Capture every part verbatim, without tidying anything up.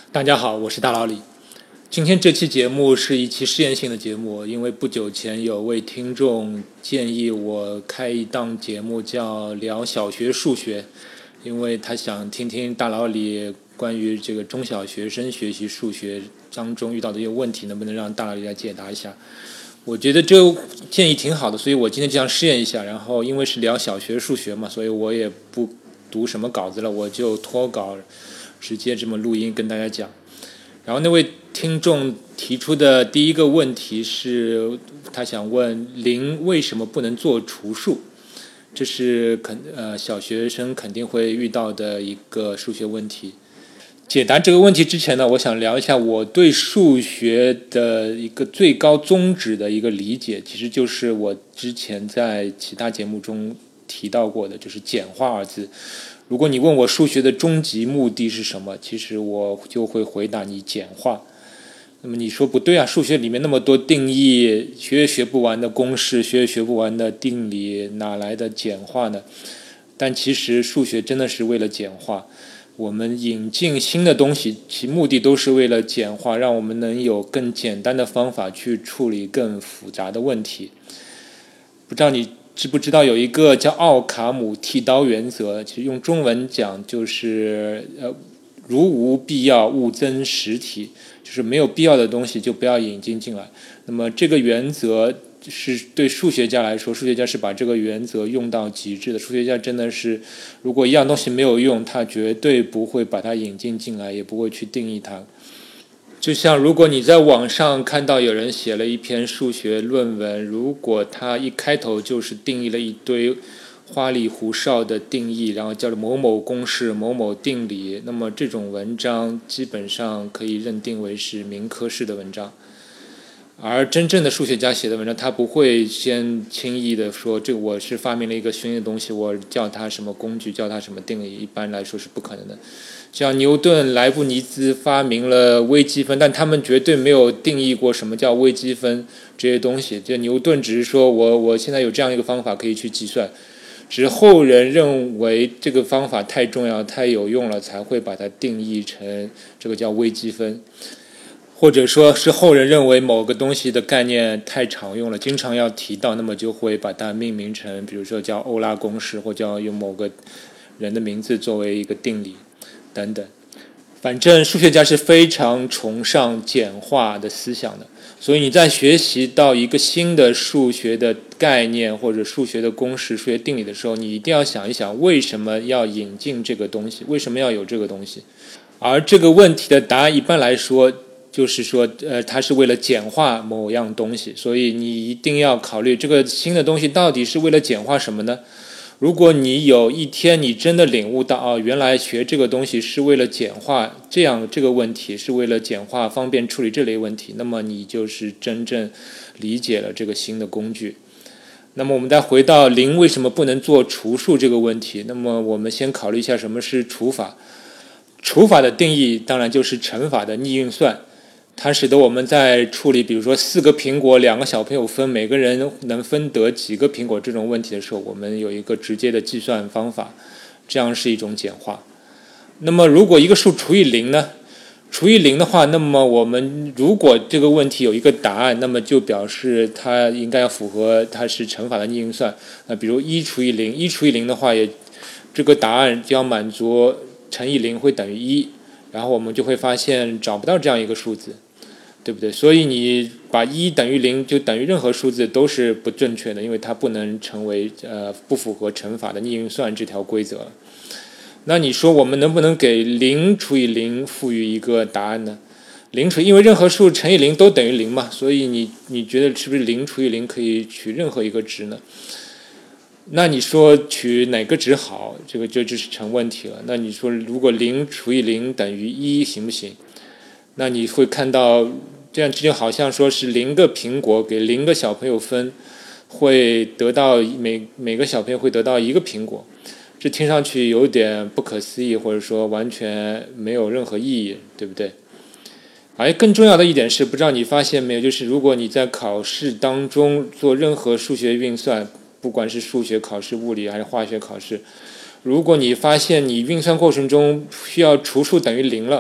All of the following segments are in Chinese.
大家好，我是大老李。今天这期节目是一期试验性的节目，因为不久前有位听众建议我开一档节目叫聊小学数学，因为他想听听大老李关于这个中小学生学习数学当中遇到的一些问题，能不能让大老李来解答一下。我觉得这个建议挺好的，所以我今天就想试验一下。然后因为是聊小学数学嘛，所以我也不读什么稿子了，我就脱稿直接这么录音跟大家讲。然后那位听众提出的第一个问题是，他想问零为什么不能做除数？这是肯呃小学生肯定会遇到的一个数学问题。解答这个问题之前呢，我想聊一下我对数学的一个最高宗旨的一个理解，其实就是我之前在其他节目中提到过的，就是简化二字。如果你问我数学的终极目的是什么，其实我就会回答你简化。那么你说不对啊，数学里面那么多定义，学也学不完的公式，学也学不完的定理，哪来的简化呢？但其实数学真的是为了简化，我们引进新的东西，其目的都是为了简化，让我们能有更简单的方法去处理更复杂的问题。不知道你知不知道有一个叫奥卡姆剃刀原则，其实用中文讲就是呃，如无必要勿增实体，就是没有必要的东西就不要引进进来。那么这个原则是对数学家来说，数学家是把这个原则用到极致的。数学家真的是，如果一样东西没有用，他绝对不会把它引进进来，也不会去定义它。就像如果你在网上看到有人写了一篇数学论文，如果他一开头就是定义了一堆花里胡哨的定义，然后叫做某某公式、某某定理，那么这种文章基本上可以认定为是民科式的文章。而真正的数学家写的文章，他不会先轻易的说这我是发明了一个新的东西，我叫它什么工具，叫它什么定理，一般来说是不可能的。像牛顿、莱布尼兹发明了微积分，但他们绝对没有定义过什么叫微积分这些东西。就牛顿只是说我我现在有这样一个方法可以去计算，只是后人认为这个方法太重要、太有用了，才会把它定义成这个叫微积分。或者说是后人认为某个东西的概念太常用了，经常要提到，那么就会把它命名成，比如说叫欧拉公式，或叫用某个人的名字作为一个定理等等。反正数学家是非常崇尚简化的思想的，所以你在学习到一个新的数学的概念或者数学的公式、数学定理的时候，你一定要想一想为什么要引进这个东西，为什么要有这个东西。而这个问题的答案一般来说就是说，呃，它是为了简化某样东西，所以你一定要考虑这个新的东西到底是为了简化什么呢？如果你有一天你真的领悟到，哦，原来学这个东西是为了简化这样这个问题，是为了简化方便处理这类问题，那么你就是真正理解了这个新的工具。那么我们再回到零为什么不能做除数这个问题，那么我们先考虑一下什么是除法。除法的定义当然就是乘法的逆运算，它使得我们在处理比如说四个苹果两个小朋友分，每个人能分得几个苹果这种问题的时候，我们有一个直接的计算方法，这样是一种简化。那么如果一个数除以零呢？除以零的话，那么我们如果这个问题有一个答案，那么就表示它应该要符合它是乘法的逆运算。那比如一除以零，一除以零的话，也这个答案就要满足乘以零会等于一，然后我们就会发现找不到这样一个数字，对不对？所以你把一等于零就等于任何数字都是不正确的，因为它不能成为呃不符合乘法的逆运算这条规则。那你说我们能不能给零除以零赋予一个答案呢？零除因为任何数乘以零都等于零嘛，所以你你觉得是不是零除以零可以取任何一个值呢？那你说取哪个值好？这个就就是成问题了。那你说如果零除以零等于一行不行？那你会看到这样就好像说是零个苹果给零个小朋友分，会得到每每个小朋友会得到一个苹果，这听上去有点不可思议，或者说完全没有任何意义，对不对？而更重要的一点是，不知道你发现没有，就是如果你在考试当中做任何数学运算，不管是数学考试、物理还是化学考试，如果你发现你运算过程中需要除数等于零了，这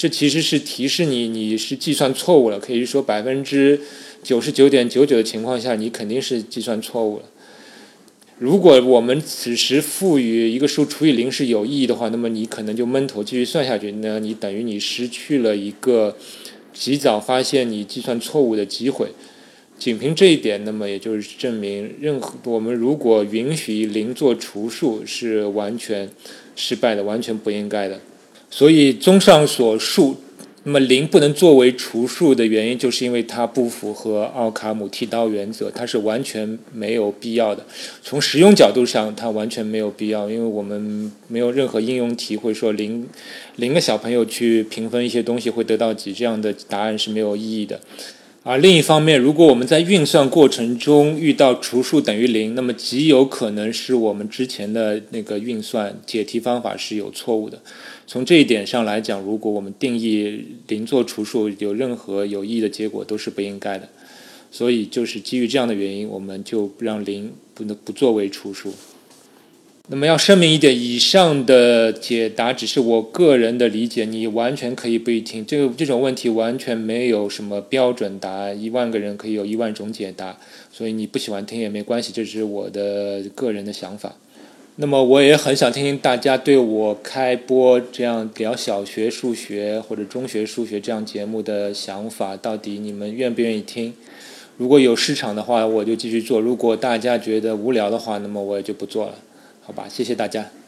这其实是提示你你是计算错误了，可以说百分之九十九点九九的情况下，你肯定是计算错误了。如果我们此时赋予一个数除以零是有意义的话，那么你可能就闷头继续算下去，那你等于你失去了一个及早发现你计算错误的机会。仅凭这一点，那么也就是证明，任何我们如果允许零做除数是完全失败的，完全不应该的。所以综上所述，那么零不能作为除数的原因，就是因为它不符合奥卡姆剃刀原则，它是完全没有必要的。从实用角度上，它完全没有必要，因为我们没有任何应用题会说零零个小朋友去评分一些东西会得到几，这样的答案是没有意义的。而另一方面，如果我们在运算过程中遇到除数等于零，那么极有可能是我们之前的那个运算解题方法是有错误的。从这一点上来讲，如果我们定义零做除数有任何有意义的结果，都是不应该的。所以就是基于这样的原因，我们就让零不能不作为除数。那么要声明一点，以上的解答只是我个人的理解，你完全可以不予听。这个这种问题完全没有什么标准答案，一万个人可以有一万种解答，所以你不喜欢听也没关系，这是我的个人的想法。那么我也很想听听大家对我开播这样聊小学数学或者中学数学这样节目的想法，到底你们愿不愿意听？如果有市场的话，我就继续做；如果大家觉得无聊的话，那么我也就不做了。好吧，谢谢大家。